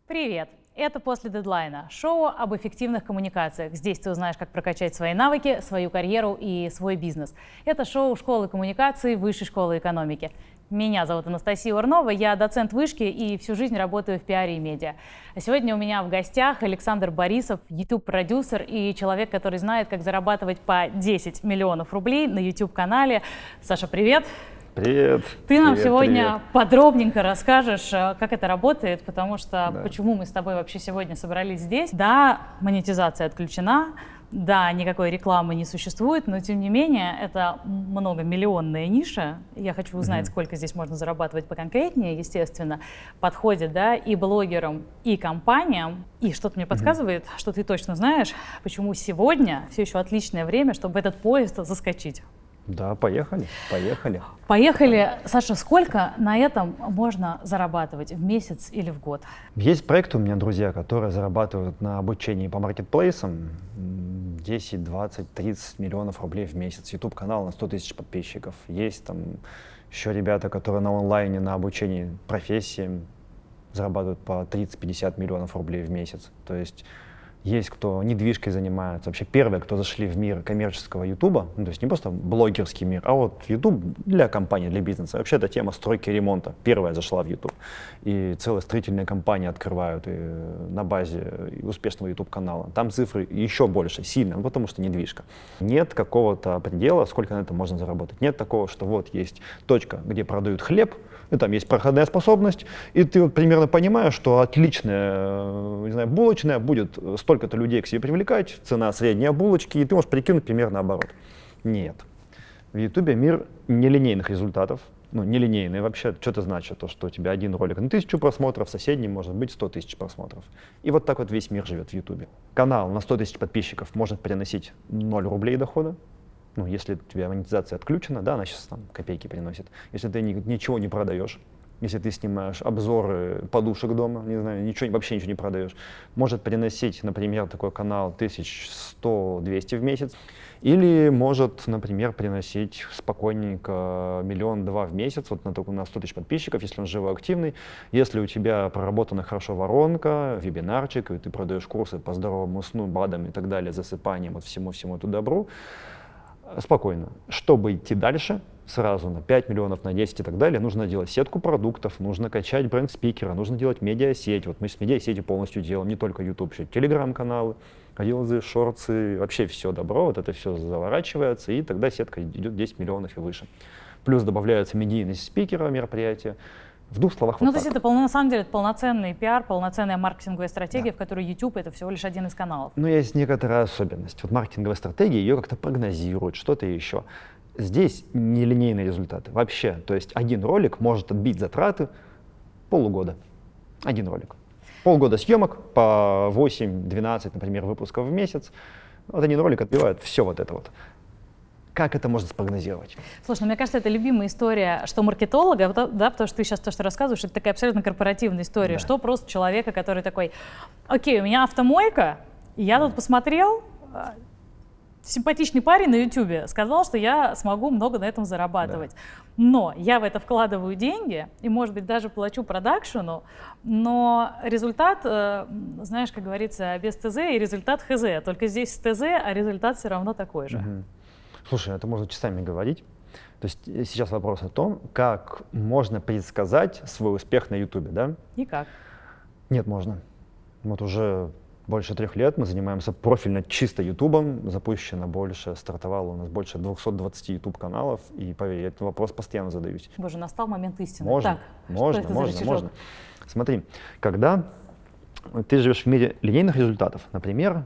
Привет! Это «После дедлайна» — шоу об эффективных коммуникациях. Здесь ты узнаешь, как прокачать свои навыки, свою карьеру и свой бизнес. Это шоу школы коммуникаций Высшей школы экономики. Меня зовут Анастасия Урнова, я доцент вышки и всю жизнь работаю в пиаре и медиа. А сегодня у меня в гостях Александр Борисов, YouTube-продюсер и человек, который знает, как зарабатывать по 10 миллионов рублей на YouTube-канале. Саша, привет! Привет. Ты нам привет, сегодня привет. подробненько расскажешь, как это работает, потому что почему мы с тобой вообще сегодня собрались здесь. Да, монетизация отключена, да, никакой рекламы не существует, но тем не менее это многомиллионная ниша. Я хочу узнать, сколько здесь можно зарабатывать поконкретнее, естественно, подходит, да, и блогерам, и компаниям. И что-то мне подсказывает, что ты точно знаешь, почему сегодня все еще отличное время, чтобы в этот поезд заскочить. Да, поехали. Поехали. Саша, сколько на этом можно зарабатывать в месяц или в год? Есть проекты у меня, друзья, которые зарабатывают на обучении по маркетплейсам 10, 20, 30 миллионов рублей в месяц. YouTube-канал на 100 тысяч подписчиков. Есть там еще ребята, которые на онлайне, на обучении профессиям зарабатывают по 30-50 миллионов рублей в месяц. То есть есть кто недвижкой занимается. Вообще первые, кто зашли в мир коммерческого Ютуба, ну, то есть не просто блогерский мир, а вот Ютуб для компании, для бизнеса. Вообще эта тема стройки и ремонта первая зашла в Ютуб. И целые строительные компании открывают и на базе успешного Ютуб-канала. Там цифры еще больше, сильно, ну, потому что недвижка. Нет какого-то предела, сколько на этом можно заработать. Нет такого, что вот есть точка, где продают хлеб, и там есть проходная способность, и ты вот примерно понимаешь, что отличная, не знаю, булочная будет столько-то людей к себе привлекать, цена средняя булочки, и ты можешь прикинуть примерно оборот. Нет. В Ютубе мир нелинейных результатов, ну, нелинейный вообще, что это значит? То, что у тебя один ролик на 1000 просмотров, соседний может быть 100 тысяч просмотров. И вот так вот весь мир живет в Ютубе. Канал на 100 тысяч подписчиков может приносить 0 рублей дохода. Ну, если у тебя монетизация отключена, да, она сейчас там копейки приносит. Если ты ничего не продаешь, если ты снимаешь обзоры подушек дома, не знаю, вообще ничего не продаешь, может приносить, например, такой канал 1100-200 в месяц. Или может, например, приносить спокойненько 1-2 миллиона в месяц, вот на 100 тысяч подписчиков, если он живоактивный. Если у тебя проработана хорошо воронка, вебинарчик, и ты продаешь курсы по здоровому сну, БАДам и так далее, засыпанием, вот всему эту добру, спокойно. Чтобы идти дальше, сразу на 5 миллионов, на 10 и так далее, нужно делать сетку продуктов, нужно качать бренд-спикера, нужно делать медиасеть. Вот мы с медиасетью полностью делаем, не только YouTube, еще телеграм-каналы, рилзы, шорты, вообще все добро, вот это все заворачивается, и тогда сетка идет 10 миллионов и выше. Плюс добавляется медийность спикера мероприятия. В двух словах Ну, вот то есть так. это на самом деле полноценный пиар, полноценная маркетинговая стратегия, да, в которой YouTube — это всего лишь один из каналов. Но есть некоторая особенность. Вот маркетинговая стратегия ее как-то прогнозирует, что-то еще. Здесь нелинейные результаты вообще. То есть один ролик может отбить затраты полугода. Один ролик. Полгода съемок по 8-12, например, выпусков в месяц. Вот один ролик отбивает все вот это вот. Как это можно спрогнозировать? Слушай, ну, мне кажется, это любимая история, что маркетолога, да, потому что ты сейчас то, что рассказываешь, это такая абсолютно корпоративная история, да, что просто человека, который такой: окей, у меня автомойка, и я тут посмотрел, симпатичный парень на Ютубе сказал, что я смогу много на этом зарабатывать. Да. Но я в это вкладываю деньги и, может быть, даже плачу продакшену, но результат, знаешь, как говорится, без ТЗ и результат ХЗ. Только здесь с ТЗ, а результат все равно такой же. Угу. Слушай, это можно часами говорить. То есть сейчас вопрос о том, как можно предсказать свой успех на Ютубе, да? Никак. Нет, можно. Вот уже больше 3 лет мы занимаемся профильно чисто Ютубом, запущено больше, стартовало у нас больше 220 Ютуб-каналов, и поверь, я этот вопрос постоянно задаюсь. Боже, настал момент истины. Можно, так, можно. Смотри, когда ты живешь в мире линейных результатов, например,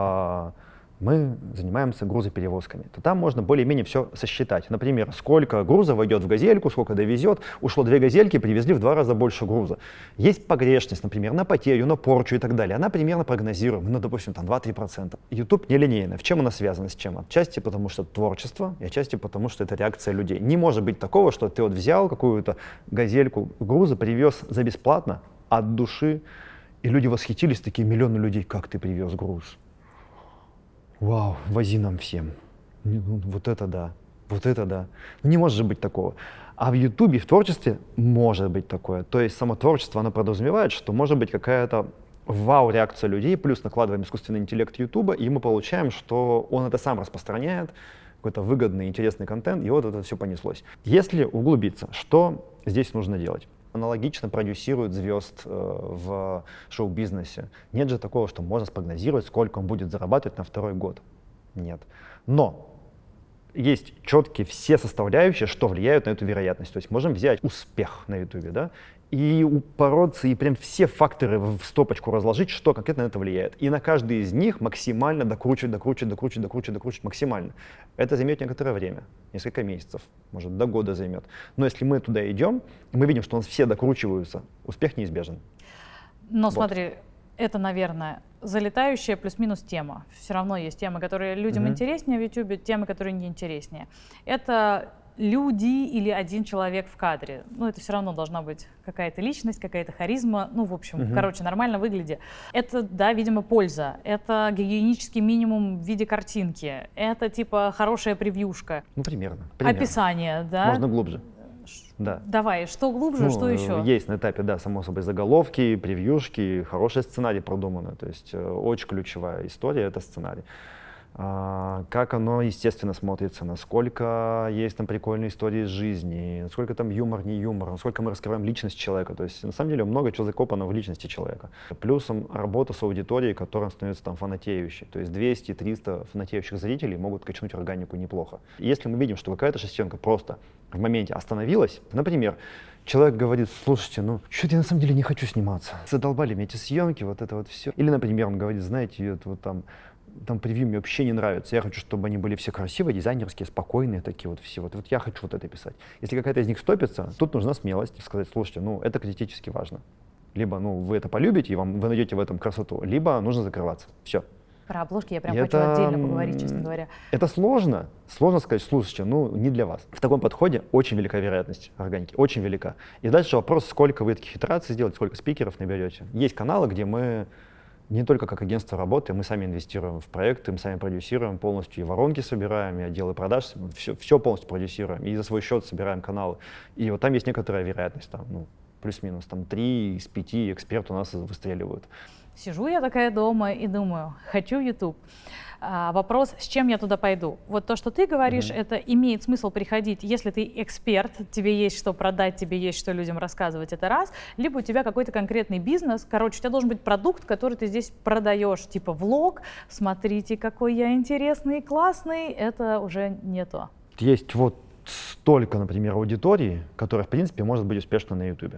мы занимаемся грузоперевозками, то там можно более-менее все сосчитать. Например, сколько груза войдет в газельку, сколько довезет. Ушло 2 газельки, привезли в 2 раза больше груза. Есть погрешность, например, на потерю, на порчу и так далее. Она примерно прогнозируем, ну, допустим, там 2-3%. YouTube нелинейный. В чем она связана с чем? Отчасти потому, что творчество, и отчасти потому, что это реакция людей. Не может быть такого, что ты вот взял какую-то газельку груза, привез за бесплатно, от души, и люди восхитились, такие миллионы людей: как ты привез груз? Вау, вози нам всем. Вот это да. Вот это да. Ну, не может же быть такого. А в Ютубе, в творчестве может быть такое. То есть само творчество, оно подразумевает, что может быть какая-то вау-реакция людей, плюс накладываем искусственный интеллект Ютуба, и мы получаем, что он это сам распространяет, какой-то выгодный, интересный контент, и вот это все понеслось. Если углубиться, что здесь нужно делать? Аналогично продюсируют звезд в шоу-бизнесе. Нет же такого, что можно спрогнозировать, сколько он будет зарабатывать на второй год. Нет. Но есть четкие все составляющие, что влияют на эту вероятность. То есть можем взять успех на Ютубе, да, и упороться, и прям все факторы в стопочку разложить, что конкретно на это влияет. И на каждый из них максимально докручивать максимально. Это займет некоторое время, несколько месяцев, может, до года займет. Но если мы туда идем, мы видим, что у нас все докручиваются, успех неизбежен. Но вот. Смотри, это, наверное, залетающая плюс-минус тема. Все равно есть темы, которые людям интереснее в Ютубе, темы, которые не интереснее. Это люди или один человек в кадре. Ну, это все равно должна быть какая-то личность, какая-то харизма. Ну, в общем, короче, нормально выглядит. Это, да, видимо, польза. Это гигиенический минимум в виде картинки. Это, типа, хорошая превьюшка. Ну, примерно. Описание, да. Можно глубже. Да. Давай, что глубже, что еще? Есть на этапе, да, само собой, заголовки, превьюшки, хороший сценарий продуманный. То есть очень ключевая история — это сценарий. Как оно, естественно, смотрится, насколько есть там прикольные истории из жизни, насколько там юмор, не юмор, насколько мы раскрываем личность человека. То есть, на самом деле, много чего закопано в личности человека. Плюсом работа с аудиторией, которая становится там фанатеющей. То есть 200-300 фанатеющих зрителей могут качнуть органику неплохо. И если мы видим, что какая-то шестеренка просто в моменте остановилась, например, человек говорит: слушайте, ну что-то я на самом деле не хочу сниматься. Задолбали меня эти съемки, вот это вот все. Или, например, он говорит: знаете, вот там превью мне вообще не нравится. Я хочу, чтобы они были все красивые, дизайнерские, спокойные такие вот все. Вот я хочу вот это писать. Если какая-то из них стопится, тут нужна смелость сказать: слушайте, ну это критически важно. Либо вы это полюбите, и вы найдете в этом красоту, либо нужно закрываться. Все. Про обложки я прям хочу отдельно поговорить, честно говоря. Это сложно. Сложно сказать: слушайте, ну не для вас. В таком подходе очень велика вероятность органики, очень велика. И дальше вопрос, сколько вы таких итераций сделаете, сколько спикеров наберете. Есть каналы, где мы не только как агентство работаем, мы сами инвестируем в проекты, мы сами продюсируем полностью, и воронки собираем, и отделы продаж, все полностью продюсируем, и за свой счет собираем каналы. И вот там есть некоторая вероятность, там, плюс-минус, там 3 из 5 экспертов у нас выстреливают. Сижу я такая дома и думаю: хочу YouTube. Вопрос, с чем я туда пойду? Вот то, что ты говоришь, это имеет смысл приходить, если ты эксперт, тебе есть что продать, тебе есть что людям рассказывать, это раз, либо у тебя какой-то конкретный бизнес, короче, у тебя должен быть продукт, который ты здесь продаешь, типа влог, смотрите, какой я интересный и классный, это уже не то. Есть вот столько, например, аудитории, которая, в принципе, может быть успешна на YouTube.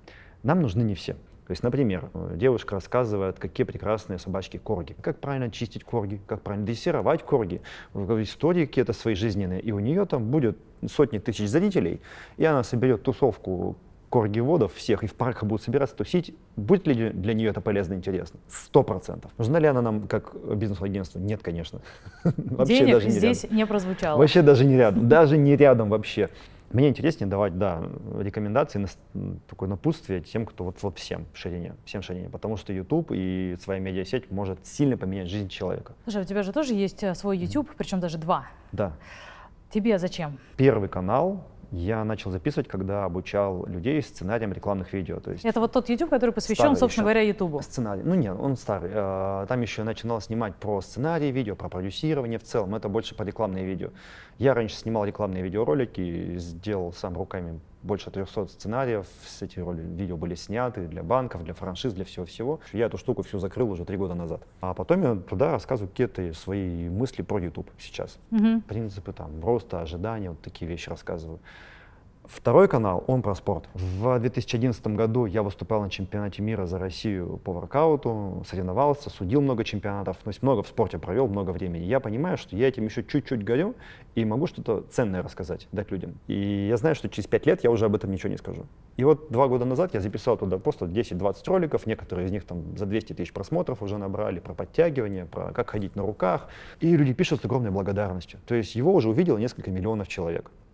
Нам нужны не все. То есть, например, девушка рассказывает, какие прекрасные собачки корги, как правильно чистить корги, как правильно дрессировать корги, истории какие-то свои жизненные, и у нее там будет сотни тысяч зрителей, и она соберет тусовку коргиводов всех, и в парках будут собираться тусить. Будет ли для нее это полезно и интересно? 100%. Нужна ли она нам как бизнес-агентство? Нет, конечно. Денег даже здесь не прозвучало. Вообще даже не рядом, даже не рядом вообще. Мне интереснее давать, да, рекомендации, такое напутствие тем, кто вот всем в ширине, потому что YouTube и своя медиасеть может сильно поменять жизнь человека. Слушай, у тебя же тоже есть свой YouTube, причем даже 2. Да. Тебе зачем? Первый канал я начал записывать, когда обучал людей сценариям рекламных видео. То есть это вот тот YouTube, который посвящен, собственно говоря, YouTube? Сценарий. Ну нет, он старый. Там еще начинал снимать про сценарий видео, про продюсирование в целом. Это больше про рекламные видео. Я раньше снимал рекламные видеоролики, сделал сам руками больше 300 сценариев. Эти видео были сняты для банков, для франшиз, для всего-всего. Я эту штуку всю закрыл уже 3 года назад. А потом я туда рассказываю какие-то свои мысли про YouTube сейчас. Принципы там роста, ожидания, вот такие вещи рассказываю. Второй канал, он про спорт. В 2011 году я выступал на чемпионате мира за Россию по воркауту, соревновался, судил много чемпионатов, то есть много в спорте провел, много времени. Я понимаю, что я этим еще чуть-чуть горю и могу что-то ценное рассказать, дать людям. И я знаю, что через 5 лет я уже об этом ничего не скажу. И вот 2 года назад я записал туда просто 10-20 роликов, некоторые из них там за 200 тысяч просмотров уже набрали, про подтягивание, про как ходить на руках. И люди пишут с огромной благодарностью. То есть его уже увидело несколько миллионов человек.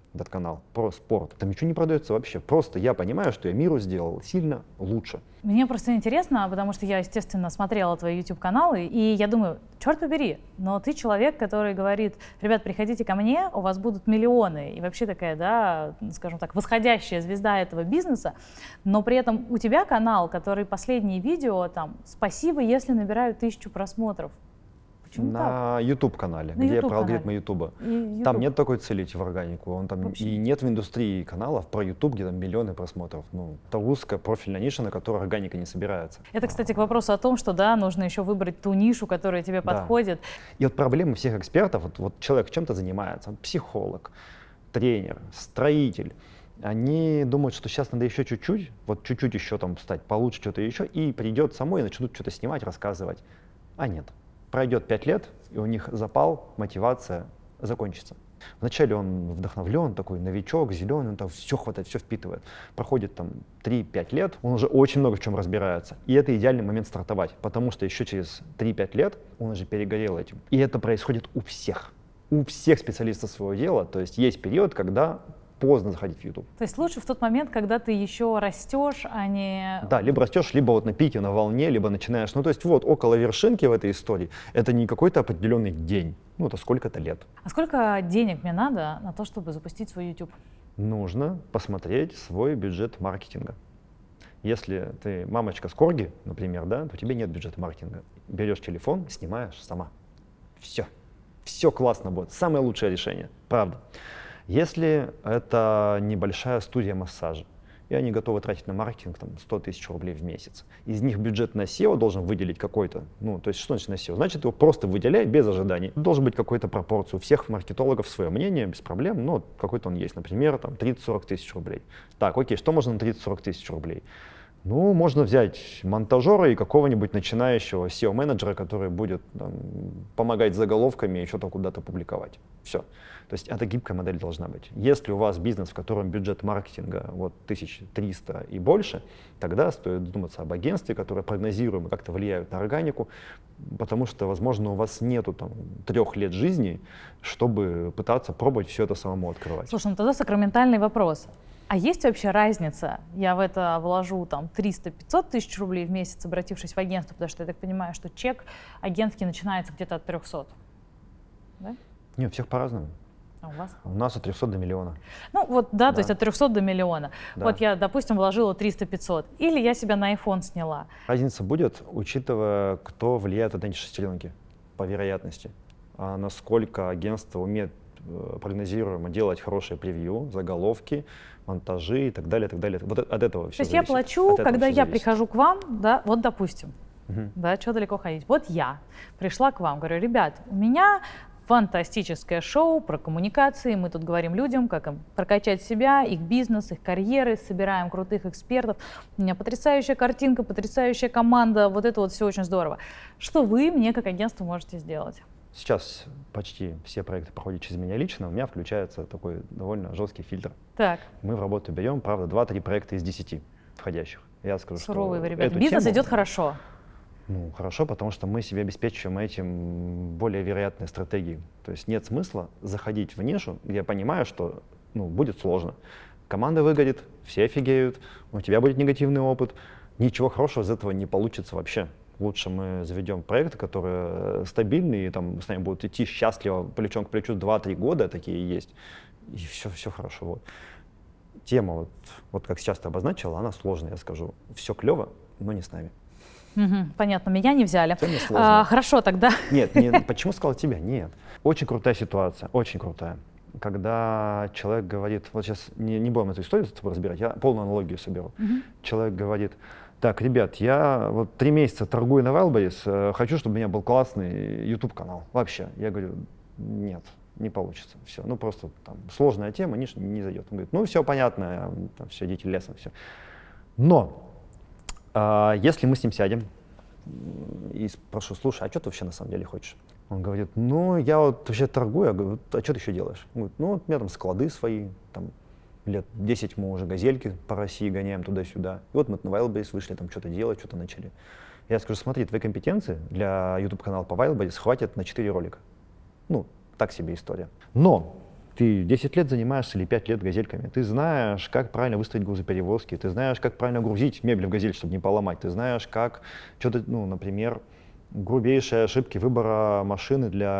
этот канал, про спорт. Там ничего не продается вообще. Просто я понимаю, что я миру сделал сильно лучше. Мне просто интересно, потому что я, естественно, смотрела твои YouTube-каналы, и я думаю, черт побери, но ты человек, который говорит: ребят, приходите ко мне, у вас будут миллионы, и вообще такая, да, скажем так, восходящая звезда этого бизнеса, но при этом у тебя канал, который последние видео, там, спасибо, если набирают 1000 просмотров. Почему так? На YouTube-канале, На где про YouTube-канале. алгоритмы YouTube. И Там YouTube. нет такой цели идти в органику. Вообще. И нет в индустрии каналов про YouTube, где там миллионы просмотров. Ну, это узкая профильная ниша, на которой органика не собирается. Это, кстати, к вопросу о том, что, да, нужно еще выбрать ту нишу, которая тебе Да. подходит. И вот проблема всех экспертов, вот человек чем-то занимается, психолог, тренер, строитель, они думают, что сейчас надо еще чуть-чуть, вот чуть-чуть еще там стать получше, что-то еще, и придет само и начнут что-то снимать, рассказывать. А нет. Пройдет 5 лет, и у них запал, мотивация закончится. Вначале он вдохновлен, такой новичок, зеленый, он там все хватает, все впитывает. Проходит там 3-5 лет, он уже очень много в чем разбирается. И это идеальный момент стартовать, потому что еще через 3-5 лет он уже перегорел этим. И это происходит у всех специалистов своего дела. То есть есть период, когда поздно заходить в YouTube. То есть лучше в тот момент, когда ты еще растешь, а не... Да, либо растешь, либо вот на пике, на волне, либо начинаешь. Ну, то есть вот около вершинки в этой истории это не какой-то определенный день, ну, это сколько-то лет. А сколько денег мне надо на то, чтобы запустить свой YouTube? Нужно посмотреть свой бюджет маркетинга. Если ты мамочка с корги, например, да, то у тебя нет бюджета маркетинга. Берешь телефон, снимаешь сама. Все классно будет. Самое лучшее решение, правда. Если это небольшая студия массажа, и они готовы тратить на маркетинг там, 100 тысяч рублей в месяц, из них бюджет на SEO должен выделить какой-то, ну, то есть что значит на SEO? Значит, его просто выделяй без ожиданий. Должен быть какой-то пропорция. У всех маркетологов свое мнение, без проблем, но какой-то он есть. Например, там 30-40 тысяч рублей. Так, окей, что можно на 30-40 тысяч рублей? Ну, можно взять монтажера и какого-нибудь начинающего SEO-менеджера, который будет там, помогать с заголовками и что-то куда-то публиковать. Все. То есть это гибкая модель должна быть. Если у вас бизнес, в котором бюджет маркетинга вот 1300 и больше, тогда стоит думаться об агентстве, которое прогнозируемо как-то влияет на органику, потому что, возможно, у вас нету там 3 лет жизни, чтобы пытаться пробовать все это самому открывать. Слушай, ну тогда сакраментальный вопрос. А есть вообще разница? Я в это вложу там 300-500 тысяч рублей в месяц, обратившись в агентство, потому что я так понимаю, что чек агентский начинается где-то от 300. Да? Нет, у всех по-разному. А у вас? У нас от 300 до миллиона. Ну вот, да, Да. то есть от 300 до миллиона. Да. Вот я, допустим, вложила 300-500. Или я себя на iPhone сняла. Разница будет, учитывая, кто влияет на эти шестеренки по вероятности. А насколько агентство умеет прогнозируемо делать хорошие превью, заголовки, монтажи и так далее, и так далее. Вот от этого все То есть зависит. я плачу, От этого когда всё я зависит. прихожу к вам, да, вот допустим, Мгм. да, что далеко ходить. Вот я пришла к вам, говорю: ребят, у меня фантастическое шоу про коммуникации, мы тут говорим людям, как им прокачать себя, их бизнес, их карьеры, собираем крутых экспертов, у меня потрясающая картинка, потрясающая команда, вот это вот все очень здорово. Что вы мне как агентство можете сделать? Сейчас почти все проекты проходят через меня лично, у меня включается такой довольно жесткий фильтр. Так, Мы в работу берем, правда, 2-3 проекта из 10 входящих. Я скажу, суровые вы, что ребята. эту Бизнес тему- идет хорошо. Ну, хорошо, потому что мы себе обеспечиваем этим более вероятные стратегии. То есть нет смысла заходить в нишу, где я понимаю, что будет сложно. Команда выгорит, все офигеют, у тебя будет негативный опыт. Ничего хорошего из этого не получится вообще. Лучше мы заведем проекты, которые стабильные, и там с нами будут идти счастливо, плечом к плечу 2-3 года, такие есть, и все хорошо. Вот. Тема, вот как сейчас ты обозначила, она сложная, я скажу. Все клево, но не с нами. Мгм, понятно, меня не взяли. Тема сложная. Хорошо, тогда. Нет, почему сказал тебя? Нет. Очень крутая ситуация, очень крутая. Когда человек говорит, вот сейчас не будем эту историю с тобой разбирать, я полную аналогию соберу. Мгм. Человек говорит: так, ребят, я вот 3 месяца торгую на Wildberries, хочу, чтобы у меня был классный YouTube-канал. Вообще. Я говорю: нет, не получится. Все, просто там сложная тема, не зайдет. Он говорит: ну все понятно, все, идите лесом, все. Но если мы с ним сядем и спрошу: слушай, а что ты вообще на самом деле хочешь? Он говорит: ну, я вот вообще торгую. Я говорю: а что ты еще делаешь? Он говорит: ну, вот у меня там склады свои, там лет 10 мы уже газельки по России гоняем туда-сюда. И вот мы на Wildberries вышли, там что-то делать, что-то начали. Я скажу: смотри, твои компетенции для YouTube-канала по Wildberries хватит на 4 ролика. Ну, так себе история. Но Ты 10 лет занимаешься или 5 лет газельками. Ты знаешь, как правильно выстроить грузоперевозки, ты знаешь, как правильно грузить мебель в газель, чтобы не поломать. Ты знаешь, как что-то, ну, например, грубейшие ошибки выбора машины для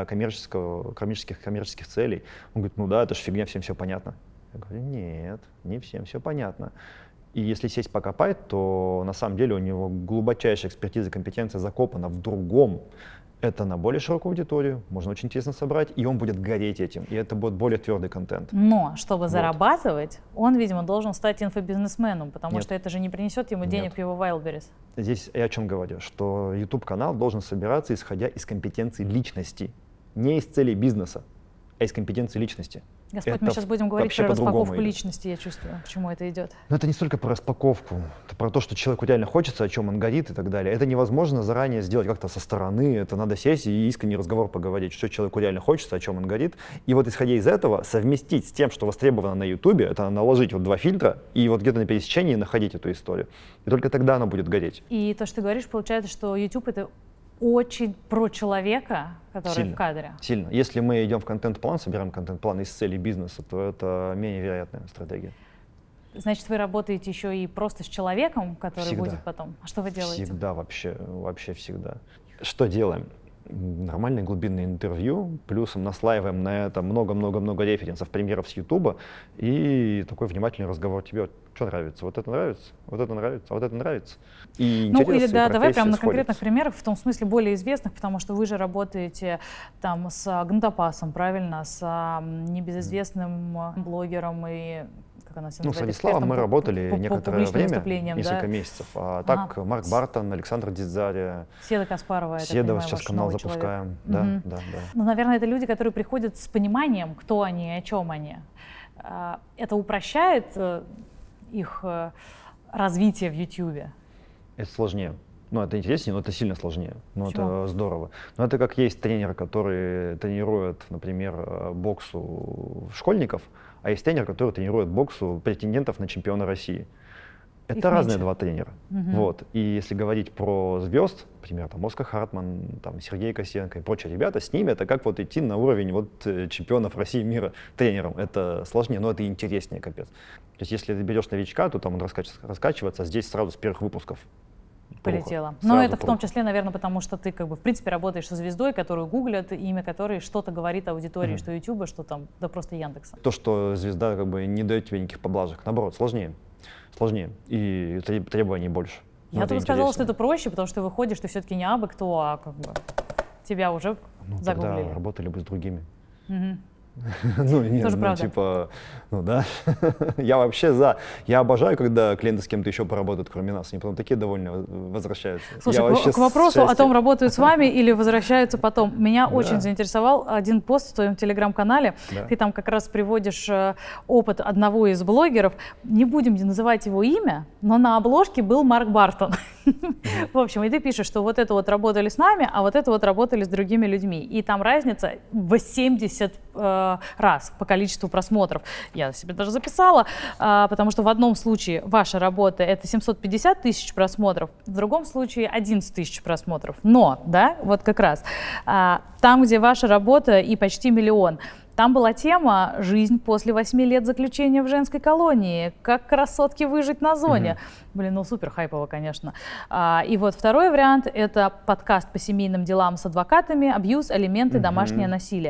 коммерческих целей. Он говорит, ну да, это же фигня, всем все понятно. Я говорю, нет, не всем все понятно. И если сесть покопать, то на самом деле у него глубочайшая экспертиза, компетенция закопана в другом. Это на более широкую аудиторию, можно очень интересно собрать, и он будет гореть этим, и это будет более твердый контент. Но чтобы зарабатывать, он, видимо, должен стать инфобизнесменом, потому что это же не принесет ему денег в его Wildberries. Здесь я о чем говорю, что YouTube-канал должен собираться, исходя из компетенций личности, не из целей бизнеса, а из компетенций личности. Господь, это мы сейчас будем говорить про распаковку личности, я чувствую, к чему это идет. Но это не столько про распаковку, это про то, что человеку реально хочется, о чем он горит и так далее. Это невозможно заранее сделать как-то со стороны, это надо сесть и искренний разговор поговорить, что человеку реально хочется, о чем он горит. И вот исходя из этого, совместить с тем, что востребовано на YouTube, это наложить вот 2 фильтра и вот где-то на пересечении находить эту историю. И только тогда она будет гореть. И то, что ты говоришь, получается, что YouTube — это очень про человека, который сильно, в кадре. Сильно. Если мы идем в контент-план, собираем контент-план из целей бизнеса, то это менее вероятная стратегия. Значит, вы работаете еще и просто с человеком, который всегда. Будет потом. А что вы делаете? Всегда, вообще всегда. Что делаем? Нормальное глубинное интервью, плюсом наслаиваем на это много-много-много референсов, примеров с Ютуба, и такой внимательный разговор. Тебе что нравится? Вот это нравится? Вот это нравится? А вот это нравится? И ну или да, давай прямо на сходятся. конкретных примерах, в том смысле более известных, потому что вы же работаете там с Гнатопасом, правильно, с небезызвестным блогером и как она себя называет, с Владиславом мы работали некоторое время, несколько да? месяцев. А так Марк Бартон, Александр Дидзари, Седа Каспарова. Седова сейчас канал запускаем. Да. Ну, наверное, это люди, которые приходят с пониманием, кто они и о чем они. Это упрощает их развитие в Ютьюбе? Это сложнее. Ну, это интереснее, но это сильно сложнее. Но это здорово. Но это как есть тренер, который тренирует, например, боксу школьников, а есть тренер, который тренирует боксу претендентов на чемпиона России. Это их разные 2 тренера. Вот. И если говорить про звезд, например, там Оскар Хартман, там Сергей Косенко и прочие ребята, с ними это как вот идти на уровень вот чемпионов России, мира тренером. Это сложнее, но это интереснее, капец. То есть если ты берешь новичка, то там он раскачиваться здесь сразу с первых выпусков. Полетело. Но это в том числе, наверное, потому что ты как бы в принципе работаешь со звездой, которую гуглят, имя которой что-то говорит аудитории, что Ютуба, что там, да просто Яндекса. То, что звезда как бы не дает тебе никаких поблажек, наоборот, сложнее и требований больше. Я бы сказала, что это проще, потому что ты выходишь, ты все-таки не абы кто, а как бы тебя уже загуглили. Тогда работали бы с другими. Ну, нет, типа, да. Я вообще за. Я обожаю, когда клиенты с кем-то еще поработают, кроме нас. Они потом такие довольно возвращаются. Слушай, к вопросу о том, работают с вами или возвращаются потом. Меня очень заинтересовал один пост в твоем телеграм-канале. Ты там как раз приводишь опыт одного из блогеров. Не будем называть его имя, но на обложке был Марк Бартон. В общем, и ты пишешь, что вот это вот работали с нами, а вот это вот работали с другими людьми. И там разница в 70 раз по количеству просмотров. Я себе даже записала, потому что в одном случае ваша работа — это 750 тысяч просмотров, в другом случае 11 тысяч просмотров. Но, да, вот как раз там, где ваша работа и почти 1 миллион, там была тема «Жизнь после 8 лет заключения в женской колонии. Как красотке выжить на зоне». Блин, ну супер хайпово, конечно. И вот второй вариант — это подкаст по семейным делам с адвокатами, абьюз, алименты, домашнее насилие.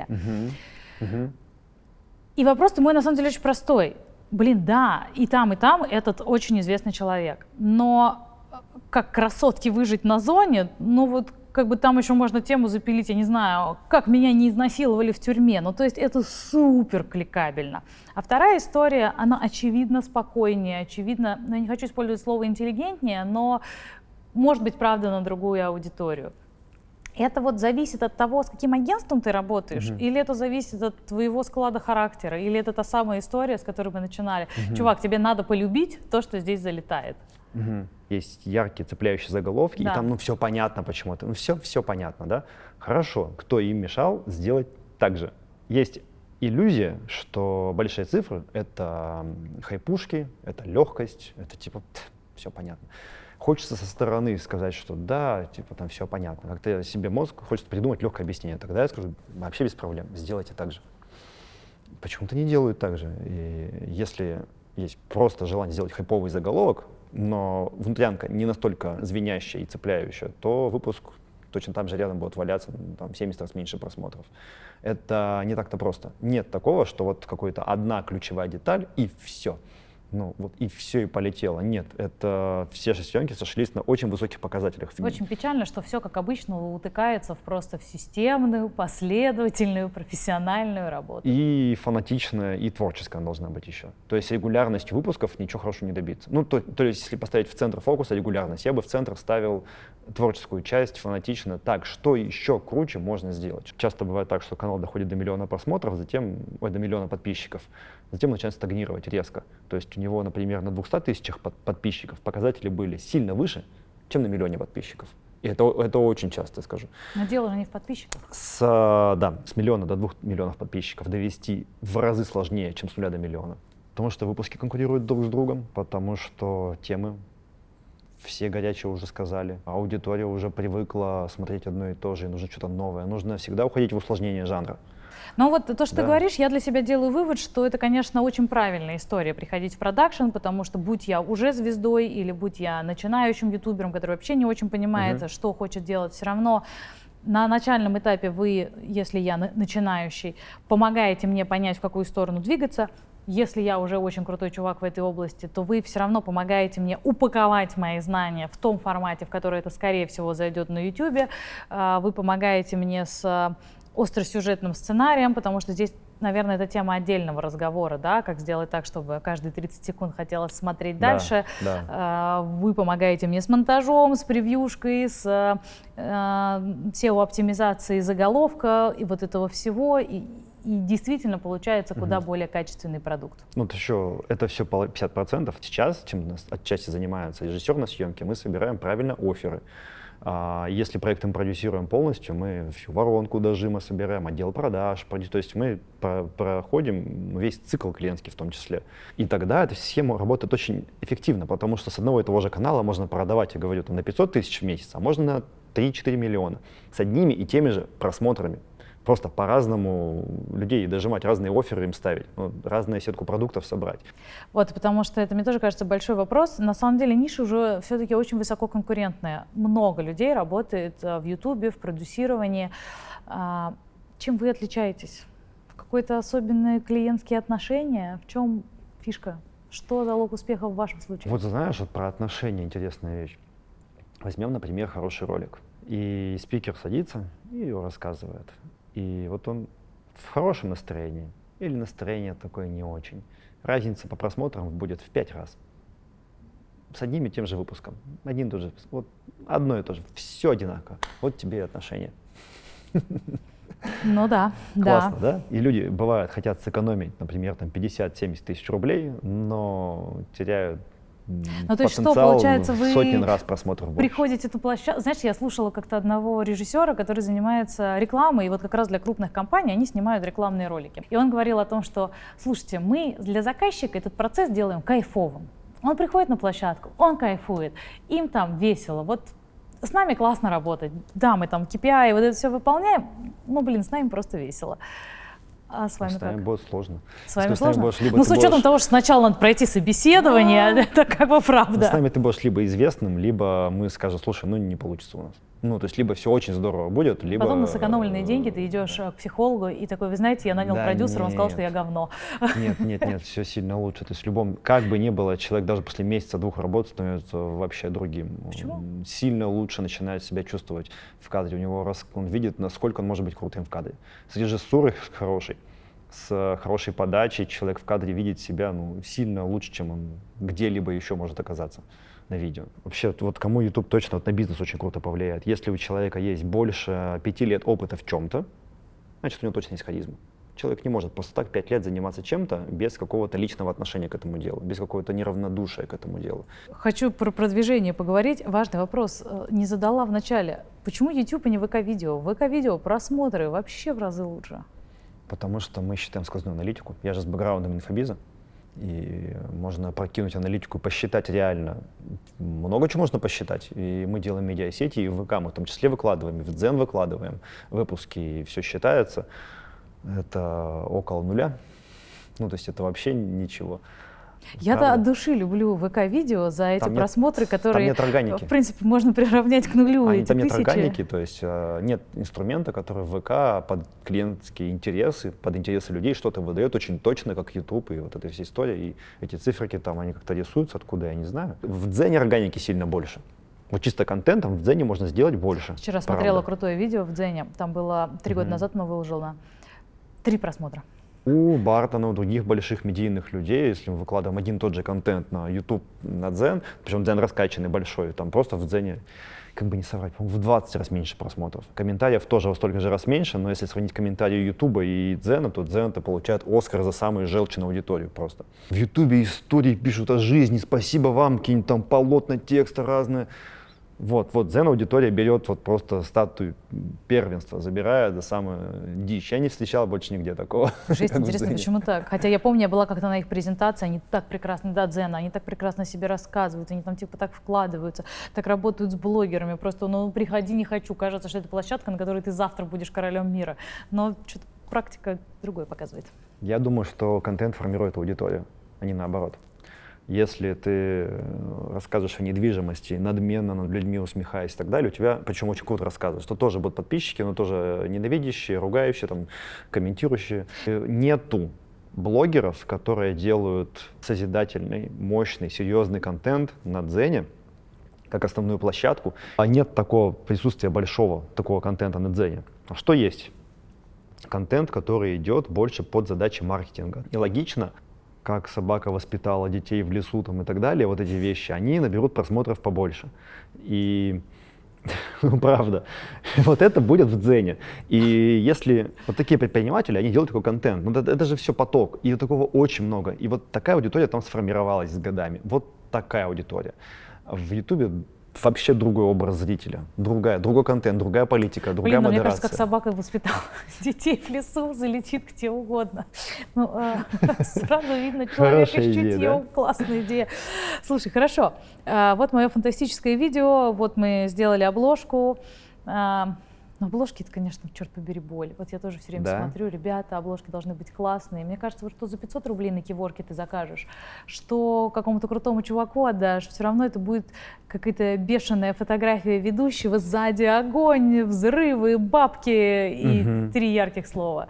И вопрос-то мой на самом деле очень простой. Блин, да, и там этот очень известный человек. Но как красотке выжить на зоне, ну вот как бы там еще можно тему запилить, я не знаю, как меня не изнасиловали в тюрьме. Ну, то есть это супер кликабельно. А вторая история, она очевидно спокойнее, очевидно, ну, я не хочу использовать слово интеллигентнее, но может быть, правда, на другую аудиторию. Это вот зависит от того, с каким агентством ты работаешь, или это зависит от твоего склада характера, или это та самая история, с которой мы начинали. Чувак, тебе надо полюбить то, что здесь залетает. Есть яркие цепляющие заголовки, и там все понятно почему-то. Все понятно, да? Хорошо, кто им мешал сделать так же? Есть иллюзия, что большие цифры — это хайпушки, это легкость, это типа все понятно. Хочется со стороны сказать, что да, типа там все понятно. Как-то себе мозг хочет придумать легкое объяснение. Тогда я скажу, вообще без проблем, сделайте так же. Почему-то не делают так же. И если есть просто желание сделать хайповый заголовок, но внутрянка не настолько звенящая и цепляющая, то выпуск точно там же рядом будет валяться, там, в 70 раз меньше просмотров. Это не так-то просто. Нет такого, что вот какая-то одна ключевая деталь и все. Ну, вот и все, и полетело. Нет, это все шестеренки сошлись на очень высоких показателях. Очень печально, что все, как обычно, утыкается просто в системную, последовательную, профессиональную работу. И фанатичная, и творческая она должна быть еще. То есть регулярностью выпусков ничего хорошего не добиться. Ну, то есть если поставить в центр фокуса регулярность, я бы в центр ставил творческую часть, фанатично. Так, что еще круче можно сделать? Часто бывает так, что канал доходит до миллиона просмотров, затем, до миллиона подписчиков, затем начинает стагнировать резко. То есть у него, например, на 200 тысячах подписчиков показатели были сильно выше, чем на миллионе подписчиков. И это очень часто, скажу. Но дело же не в подписчиках. С миллиона до 2 миллионов подписчиков довести в разы сложнее, чем с 0 до миллиона. Потому что выпуски конкурируют друг с другом, потому что темы все горячие уже сказали, аудитория уже привыкла смотреть одно и то же, и нужно что-то новое. Нужно всегда уходить в усложнение жанра. Но вот то, что ты говоришь, я для себя делаю вывод, что это, конечно, очень правильная история приходить в продакшн, потому что будь я уже звездой или будь я начинающим ютубером, который вообще не очень понимает, что хочет делать, все равно на начальном этапе вы, если я начинающий, помогаете мне понять, в какую сторону двигаться. Если я уже очень крутой чувак в этой области, то вы все равно помогаете мне упаковать мои знания в том формате, в который это, скорее всего, зайдет на YouTube. Вы помогаете мне с остросюжетным сценарием, потому что здесь, наверное, это тема отдельного разговора, да, как сделать так, чтобы каждые 30 секунд хотелось смотреть дальше. Да. Вы помогаете мне с монтажом, с превьюшкой, с SEO-оптимизацией заголовка и вот этого всего. И действительно получается куда более качественный продукт. Ну, это все 50%. Сейчас, чем нас отчасти занимается режиссер на съемке, мы собираем правильно офферы. Если проект мы продюсируем полностью, мы всю воронку дожима собираем, отдел продаж, то есть мы проходим весь цикл клиентский в том числе. И тогда эта схема работает очень эффективно, потому что с одного и того же канала можно продавать, я говорю, на 500 тысяч в месяц, а можно на 3-4 миллиона с одними и теми же просмотрами. Просто по-разному людей дожимать, разные офферы им ставить, разную сетку продуктов собрать. Вот, потому что это, мне тоже кажется, большой вопрос. На самом деле ниша уже все-таки очень высококонкурентная. Много людей работает в Ютубе, в продюсировании. Чем вы отличаетесь? Какие-то особенные клиентские отношения? В чем фишка? Что залог успеха в вашем случае? Вот знаешь, вот про отношения интересная вещь. Возьмем, например, хороший ролик. И спикер садится и его рассказывает. И вот он в хорошем настроении или настроение такое не очень. Разница по просмотрам будет в 5 раз. С одним и тем же выпуском. Один и тот же. Вот одно и то же. Все одинаково. Вот тебе и отношения. Ну да, Классно, да? И люди, бывают, хотят сэкономить, например, там 50-70 тысяч рублей, но теряют потенциал получается, в сотен раз просмотров больше. Приходите на площадку. Знаешь, я слушала как-то одного режиссера, который занимается рекламой, и вот как раз для крупных компаний они снимают рекламные ролики. И он говорил о том, что, слушайте, мы для заказчика этот процесс делаем кайфовым. Он приходит на площадку, он кайфует, им там весело. Вот с нами классно работать. Да, мы там KPI, вот это все выполняем, но, с нами просто весело. А с вами как? С нами будет сложно. С вами сложно? Ну, с учетом того, что сначала надо пройти собеседование, это как бы правда. С нами ты будешь либо известным, либо мы скажем, слушай, не получится у нас. Ну, то есть либо все очень здорово будет, либо... Потом на сэкономленные деньги ты идешь к психологу и такой, вы знаете, я нанял продюсера, он сказал, что я говно. Нет, все сильно лучше. То есть как бы ни было, человек даже после месяца-двух работы становится вообще другим. Почему? Сильно лучше начинает себя чувствовать в кадре. Он видит, насколько он может быть крутым в кадре. С режиссурой хорошей, с хорошей подачей человек в кадре видит себя сильно лучше, чем он где-либо еще может оказаться на видео. Вообще, вот кому YouTube точно на бизнес очень круто повлияет. Если у человека есть больше 5 лет опыта в чем-то, значит, у него точно есть харизма. Человек не может просто так 5 лет заниматься чем-то без какого-то личного отношения к этому делу, без какого-то неравнодушия к этому делу. Хочу про продвижение поговорить. Важный вопрос. Не задала в начале. Почему YouTube, а не ВК-видео? ВК-видео просмотры вообще в разы лучше. Потому что мы считаем сквозную аналитику. Я же с бэкграундом инфобиза. И можно прокинуть аналитику, посчитать реально. Много чего можно посчитать. И мы делаем медиасети, и в ВК мы в том числе выкладываем, и в Дзен выкладываем выпуски, и все считается. Это около нуля. Ну, то есть это вообще ничего. Я-то от души люблю ВК-видео за эти просмотры, которые, там нет органики. В принципе, можно приравнять к нулю. Там нет органики, то есть нет инструмента, который в ВК под клиентские интересы, под интересы людей что-то выдает очень точно, как YouTube и вот эта вся история. И эти циферки там, они как-то рисуются, откуда, я не знаю. В Дзене органики сильно больше. Вот чисто контентом в Дзене можно сделать больше. Вчера смотрела крутое видео в Дзене, там было 3 года назад, но выложил на 3 просмотра. У Бартона, у других больших медийных людей, если мы выкладываем один и тот же контент на YouTube, на Дзен, причем Дзен раскачанный большой, там просто в Дзене, как бы не соврать, в 20 раз меньше просмотров. Комментариев тоже во столько же раз меньше, но если сравнить комментарии Ютуба и Дзена, то Дзен-то получает Оскар за самую желчную аудиторию просто. В Ютубе истории пишут о жизни, спасибо вам, какие-нибудь там полотна, тексты разные. Вот Дзен аудитория берет вот просто статую первенства, забирая до самой дичь. Я не встречал больше нигде такого. Жесть, интересно, почему так? Хотя я помню, я была как-то на их презентации, они так прекрасно, да, Дзена, они так прекрасно себе рассказывают, они там типа так вкладываются, так работают с блогерами, просто, ну, приходи, не хочу, кажется, что это площадка, на которой ты завтра будешь королем мира, но что-то практика другое показывает. Я думаю, что контент формирует аудиторию, а не наоборот. Если ты рассказываешь о недвижимости, надменно над людьми усмехаясь и так далее, у тебя, причем очень круто рассказываешь, что тоже будут подписчики, но тоже ненавидящие, ругающие, там, комментирующие. Нету блогеров, которые делают созидательный, мощный, серьезный контент на Дзене, как основную площадку, а нет такого присутствия большого такого контента на Дзене. А что есть? Контент, который идет больше под задачи маркетинга. И логично, как собака воспитала детей в лесу там, и так далее, вот эти вещи, они наберут просмотров побольше. И ну, правда, вот это будет в Дзене. И если вот такие предприниматели, они делают такой контент, ну это же все поток, и такого очень много. И вот такая аудитория там сформировалась с годами. Вот такая аудитория. В Ютубе вообще другой образ зрителя, другой контент, другая политика, другая модерация. Мне кажется, как собака воспитала детей в лесу, залетит где угодно. Ну, сразу видно, человек из чутьем. Классная идея. Слушай, хорошо. Вот мое фантастическое видео, вот мы сделали обложку. Но обложки, это, конечно, черт побери, боль. Вот я тоже все время смотрю, ребята, обложки должны быть классные. Мне кажется, вот что за 500 рублей на Киворке ты закажешь, что какому-то крутому чуваку отдашь, все равно это будет какая-то бешеная фотография ведущего, сзади огонь, взрывы, бабки и 3 ярких слова.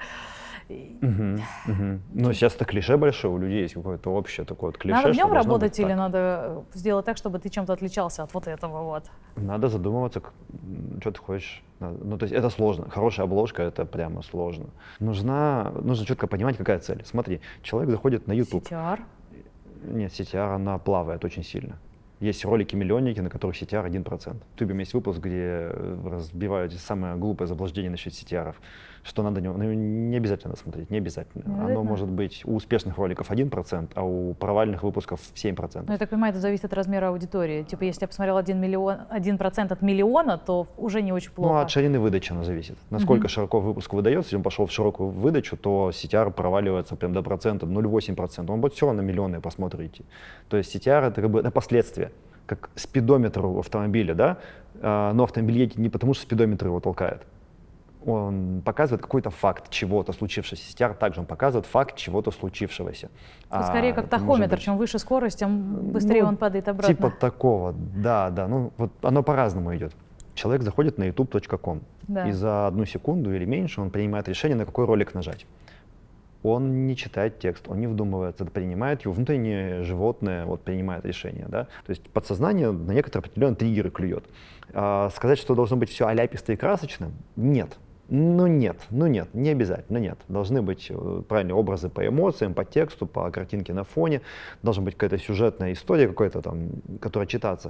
Ну, сейчас это клише большое, у людей есть какое-то общее такое вот клише. Надо в нем работать или надо сделать так, чтобы ты чем-то отличался от вот этого вот? Надо задумываться, что ты хочешь. Ну, то есть это сложно. Хорошая обложка — это прямо сложно. Нужно четко понимать, какая цель. Смотри, человек заходит на YouTube. CTR? Нет, CTR, она плавает очень сильно. Есть ролики-миллионники, на которых CTR 1%. В YouTube есть выпуск, где разбивают самое глупое заблуждение насчет CTR. Что надо не обязательно смотреть, не обязательно. Оно может быть у успешных роликов 1%, а у провальных выпусков 7%. Ну, я так понимаю, это зависит от размера аудитории. Типа, если я посмотрел 1% от миллиона, то уже не очень плохо. Ну, от ширины выдачи оно зависит. Насколько широко выпуск выдается, если он пошел в широкую выдачу, то CTR проваливается прям до процента, 0,8%. Он будет все равно миллионы просмотры идти. То есть CTR — это как бы это последствия, как спидометр у автомобиля, да? Но автомобиль едет не потому, что спидометр его толкает. Он показывает какой-то факт чего-то случившегося. CTR также он показывает факт чего-то случившегося. Скорее как тахометр, чем выше скорость, тем быстрее он падает обратно. Типа такого, да. Ну вот оно по-разному идет. Человек заходит на youtube.com, и за 1 секунду или меньше он принимает решение, на какой ролик нажать. Он не читает текст, он не вдумывается, принимает его внутреннее животное, вот принимает решение, да. То есть подсознание на некоторые определенные триггеры клюет. Сказать, что должно быть все аляписто и красочно, нет. Нет, не обязательно, нет. Должны быть правильные образы по эмоциям, по тексту, по картинке на фоне. Должна быть какая-то сюжетная история какая-то там, которая читаться.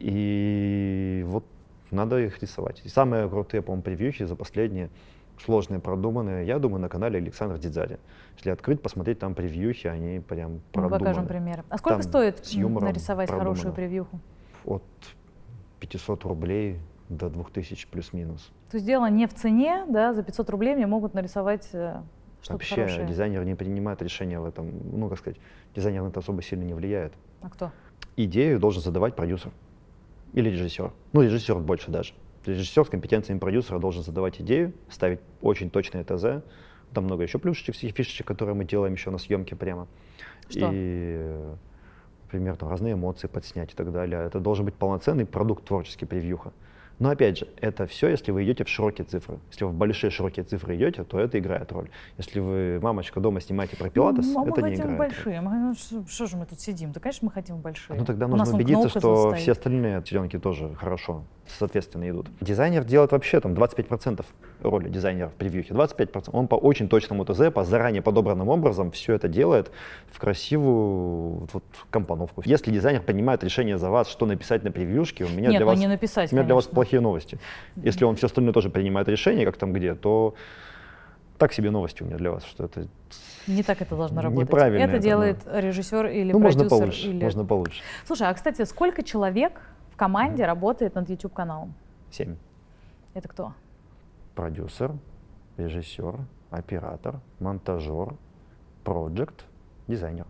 И вот надо их рисовать. И самые крутые, по-моему, превьюхи за последние, сложные, продуманные, я думаю, на канале Александр Дидзади. Если открыть, посмотреть там превьюхи, они прям продуманы. Покажем примеры. А сколько там стоит нарисовать хорошую превьюху? От 500 рублей до 2000 плюс-минус. То есть дело не в цене, да, за 500 рублей мне могут нарисовать что-то вообще хорошее. Дизайнер не принимает решения в этом, ну, как сказать, дизайнер на это особо сильно не влияет. А кто? Идею должен задавать продюсер или режиссер. Ну, режиссер больше даже. Режиссер с компетенциями продюсера должен задавать идею, ставить очень точное ТЗ, Там много еще плюшечек, фишечек, которые мы делаем еще на съемке прямо. Что? И, например, там разные эмоции подснять и так далее. Это должен быть полноценный продукт творческий, превьюха. Но опять же, это все, если вы идете в широкие цифры. Если вы в большие широкие цифры идете, то это играет роль. Если вы, мамочка, дома снимаете про пилатес, это не играет роль. Мы хотим большие. Что же мы тут сидим? Да, конечно, мы хотим большие. Ну тогда нужно убедиться, что все остальные съемки тоже хорошо, соответственно, идут. Дизайнер делает вообще там 25% роли дизайнера в превьюхе. 25%. Он по очень точному ТЗ, по заранее подобранным образом все это делает в красивую вот компоновку. Если дизайнер принимает решение за вас, что написать на превьюшке, у меня Нет, для вас, не написать, у меня для вас плохие новости. Если он все остальное тоже принимает решение, как там где, то так себе новости у меня для вас, что это не так это должно работать. Неправильно это делает режиссер или продюсер. Можно получше, можно получше. Слушай, а кстати, сколько человек в команде работает над YouTube-каналом? 7. Это кто? Продюсер, режиссер, оператор, монтажер, проект, дизайнер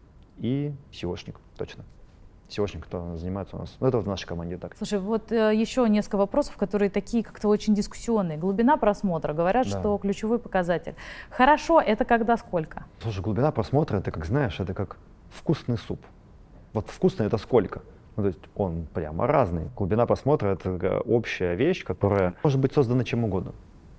и SEOшник, точно. SEOшник, кто занимается у нас. Ну, это в нашей команде так. Слушай, вот еще несколько вопросов, которые такие как-то очень дискуссионные. Глубина просмотра. Говорят, что ключевой показатель. Хорошо, это когда сколько? Слушай, глубина просмотра, это как, знаешь, это как вкусный суп. Вот вкусный это сколько? Ну, то есть он прямо разный. Глубина просмотра — это общая вещь, которая может быть создана чем угодно.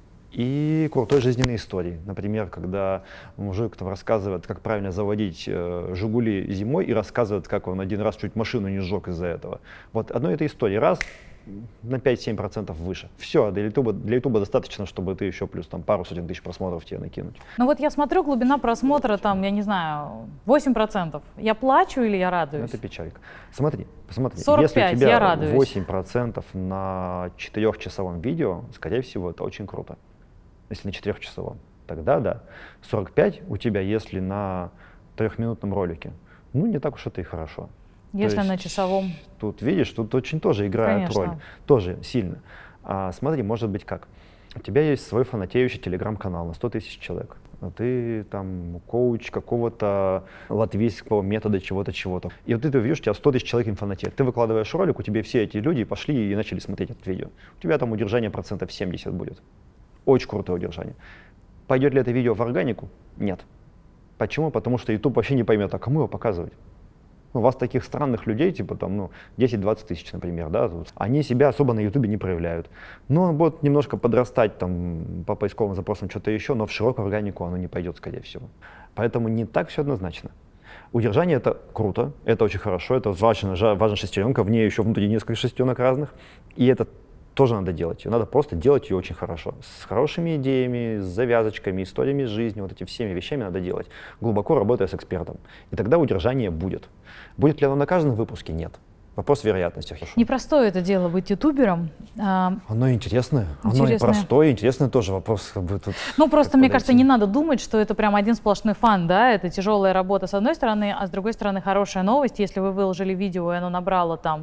И крутой жизненной истории. Например, когда мужик там рассказывает, как правильно заводить «Жигули» зимой, и рассказывает, как он один раз чуть машину не сжег из-за этого. Вот одной этой истории раз на 5-7% выше. Все, для Ютуба достаточно, чтобы ты еще плюс там пару сотен тысяч просмотров тебе накинуть. Ну вот я смотрю, глубина просмотра там, я не знаю, 8%. Я плачу или я радуюсь? Это печалька. Смотри, посмотри. 45, если у тебя я радуюсь. 8% на 4-часовом видео, скорее всего, это очень круто. Если на 4-часовом, тогда да. 45 у тебя, если на 3-минутном ролике, ну не так уж это и хорошо. Если на часовом. Тут, видишь, тут очень тоже играет Конечно. роль, тоже сильно. Смотри, может быть как. У тебя есть свой фанатеющий телеграм-канал на 100 тысяч человек. Ты там коуч какого-то латвийского метода, чего-то. И вот ты видишь, у тебя 100 тысяч человек им фанатеет. Ты выкладываешь ролик, у тебя все эти люди пошли и начали смотреть это видео. У тебя там удержание 70% будет. Очень крутое удержание. Пойдет ли это видео в органику? Нет. Почему? Потому что YouTube вообще не поймет, а кому его показывать? У вас таких странных людей, типа там, 10-20 тысяч, например, да, они себя особо на YouTube не проявляют. Но он будет немножко подрастать там по поисковым запросам что-то еще, но в широкую органику оно не пойдет, скорее всего. Поэтому не так все однозначно. Удержание — это круто, это очень хорошо, это важная шестеренка, в ней еще внутри несколько шестеренок разных, и это тоже надо делать. Ее надо просто делать ее очень хорошо. С хорошими идеями, с завязочками, историями жизни, вот этими всеми вещами надо делать, глубоко работая с экспертом. И тогда удержание будет. Будет ли оно на каждом выпуске? Нет. Вопрос вероятности. Непростое это дело быть ютубером. Оно интересное. Оно и простое, интересное тоже вопрос. Ну просто, мне кажется, не надо думать, что это прям один сплошной фан, да, это тяжелая работа с одной стороны, а с другой стороны хорошая новость, если вы выложили видео, и оно набрало там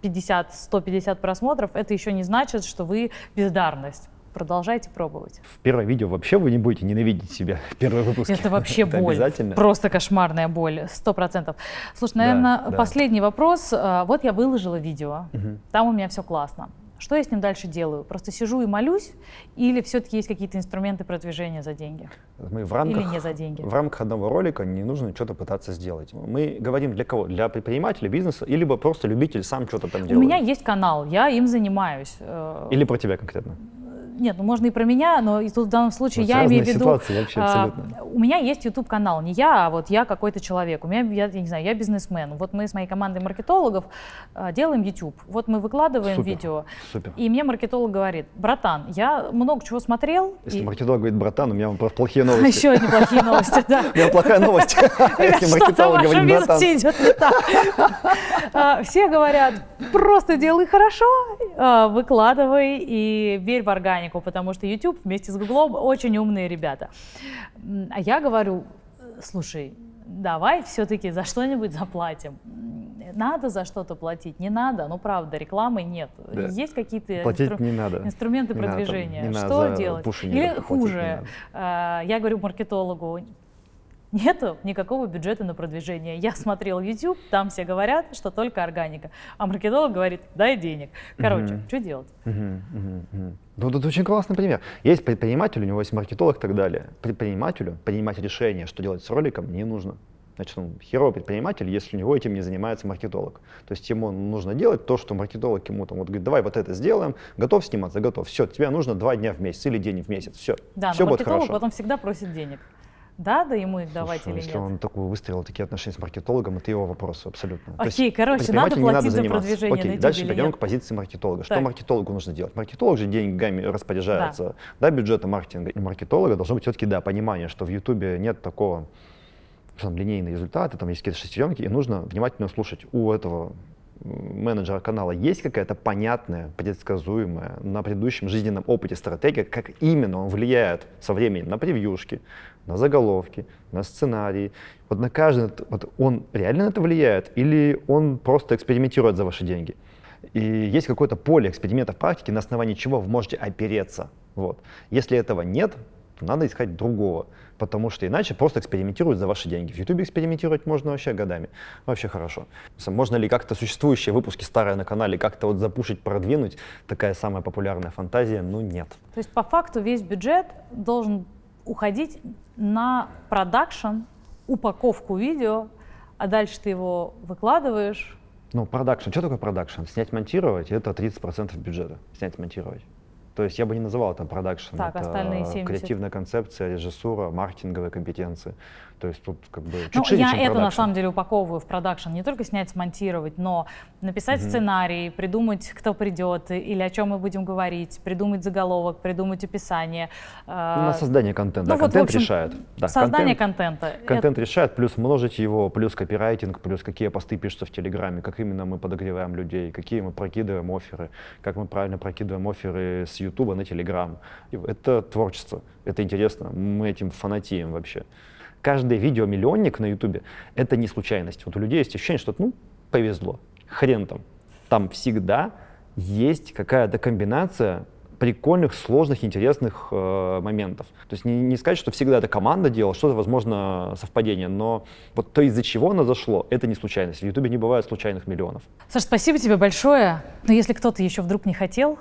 50-150 просмотров, это еще не значит, что вы бездарность. Продолжайте пробовать. В первое видео вообще вы не будете ненавидеть себя. Первый выпуск. Это вообще боль. Просто кошмарная боль, 100%. Слушай, наверное, последний вопрос. Вот я выложила видео, там у меня все классно. Что я с ним дальше делаю? Просто сижу и молюсь? Или все-таки есть какие-то инструменты продвижения за деньги? Или не за деньги? В рамках одного ролика не нужно что-то пытаться сделать. Мы говорим для кого? Для предпринимателя, бизнеса, или просто любитель сам что-то там делает? У меня есть канал, я им занимаюсь. Или про тебя конкретно? Нет, ну можно и про меня, но и тут в данном случае я имею в виду, вообще, абсолютно. У меня есть YouTube-канал, не я, а вот я какой-то человек, у меня, я не знаю, я бизнесмен. Вот мы с моей командой маркетологов делаем YouTube. Вот мы выкладываем видео, и мне маркетолог говорит: братан, я много чего смотрел. Если маркетолог говорит: братан, у меня плохие новости. Еще одни плохие новости, да. У меня плохая новость. Если маркетолог говорит: братан. идет не так. Все говорят: просто делай хорошо, выкладывай и верь в органику. Потому что YouTube вместе с Гуглом очень умные ребята. А я говорю: слушай, давай все-таки за что-нибудь заплатим. Надо за что-то платить, не надо, ну правда, рекламы нет. Да. Есть какие-то инструменты продвижения. Что делать? Или хуже, я говорю маркетологу: Нету никакого бюджета на продвижение. Я смотрел YouTube, там все говорят, что только органика. А маркетолог говорит, дай денег. Короче, что делать? Ну, это очень классный пример. Есть предприниматель, у него есть маркетолог и так далее. Предпринимателю принимать решение, что делать с роликом, не нужно. Значит, он херовый предприниматель, если у него этим не занимается маркетолог. То есть ему нужно делать то, что маркетолог ему там вот говорит, давай вот это сделаем, готов сниматься, готов. Все, тебе нужно 2 дня в месяц или день в месяц. Все, да, все но будет маркетолог хорошо. потом всегда просит денег. Да ему их давать или Если нет? он такой выстроил такие отношения с маркетологом, это его вопрос абсолютно. Окей, короче, надо платить за продвижение на YouTube дальше или перейдем нет? к позиции маркетолога. Так. Что маркетологу нужно делать? Маркетолог же деньгами распоряжается, да, бюджета маркетинга. И маркетолога должно быть все-таки, да, понимание, что в YouTube нет такого, что там линейные результаты, там есть какие-то шестеренки, и нужно внимательно слушать у этого менеджера канала есть какая-то понятная, предсказуемая на предыдущем жизненном опыте стратегия, как именно он влияет со временем на превьюшки, на заголовки, на сценарий. Вот на каждый, вот он реально на это влияет или он просто экспериментирует за ваши деньги? И есть какое-то поле экспериментов практики, на основании чего вы можете опереться. Вот. Если этого нет, то надо искать другого, потому что иначе просто экспериментируют за ваши деньги. В YouTube экспериментировать можно вообще годами. Вообще хорошо. Можно ли как-то существующие выпуски старые на канале как-то вот запушить, продвинуть? Такая самая популярная фантазия? Ну нет. То есть по факту весь бюджет должен уходить на продакшн, упаковку видео, а дальше ты его выкладываешь. Ну, продакшн. Что такое продакшн? Снять, монтировать — это 30% бюджета. Снять, монтировать. То есть я бы не называл это продакшн. Так, это остальные 70. креативная концепция, режиссура, маркетинговые компетенции. То есть тут как бы Ну, чуть шире, я чем это продакшн. на самом деле упаковываю в продакшн. Не только снять, смонтировать, но написать сценарий, придумать, кто придет или о чем мы будем говорить, придумать заголовок, придумать описание. На создание контента. Ну, Да, вот, контент в общем, решает. Да, создание контента. Контент решает, плюс множить его, плюс копирайтинг, плюс какие посты пишутся в Телеграме, как именно мы подогреваем людей, какие мы прокидываем офферы, как мы правильно прокидываем офферы с Ютуба на Телеграм. Это творчество, это интересно, мы этим фанатеем вообще. Каждое видео-миллионник на Ютубе — это не случайность. Вот у людей есть ощущение, что ну, повезло, хрен там. Там всегда есть какая-то комбинация прикольных, сложных, интересных моментов. То есть не сказать, что всегда эта команда делала, что-то, возможно, совпадение, но вот то, из-за чего оно зашло, это не случайность. В Ютубе не бывает случайных миллионов. Саш, спасибо тебе большое. Но если кто-то еще вдруг не хотел,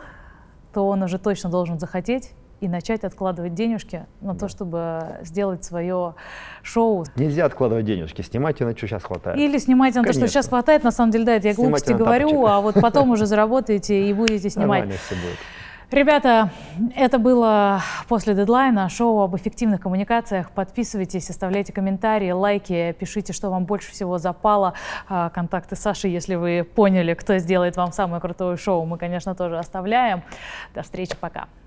то он уже точно должен захотеть и начать откладывать денежки на то, чтобы сделать свое шоу. Нельзя откладывать денежки, снимайте на что сейчас хватает. Или снимайте на то, что Конечно. сейчас хватает, на самом деле, да, это я глупости говорю, а вот потом уже заработаете и будете снимать. Нормально все будет. Ребята, это было после дедлайна, шоу об эффективных коммуникациях. Подписывайтесь, оставляйте комментарии, лайки, пишите, что вам больше всего запало. Контакты Саши, если вы поняли, кто сделает вам самое крутое шоу, мы, конечно, тоже оставляем. До встречи, пока.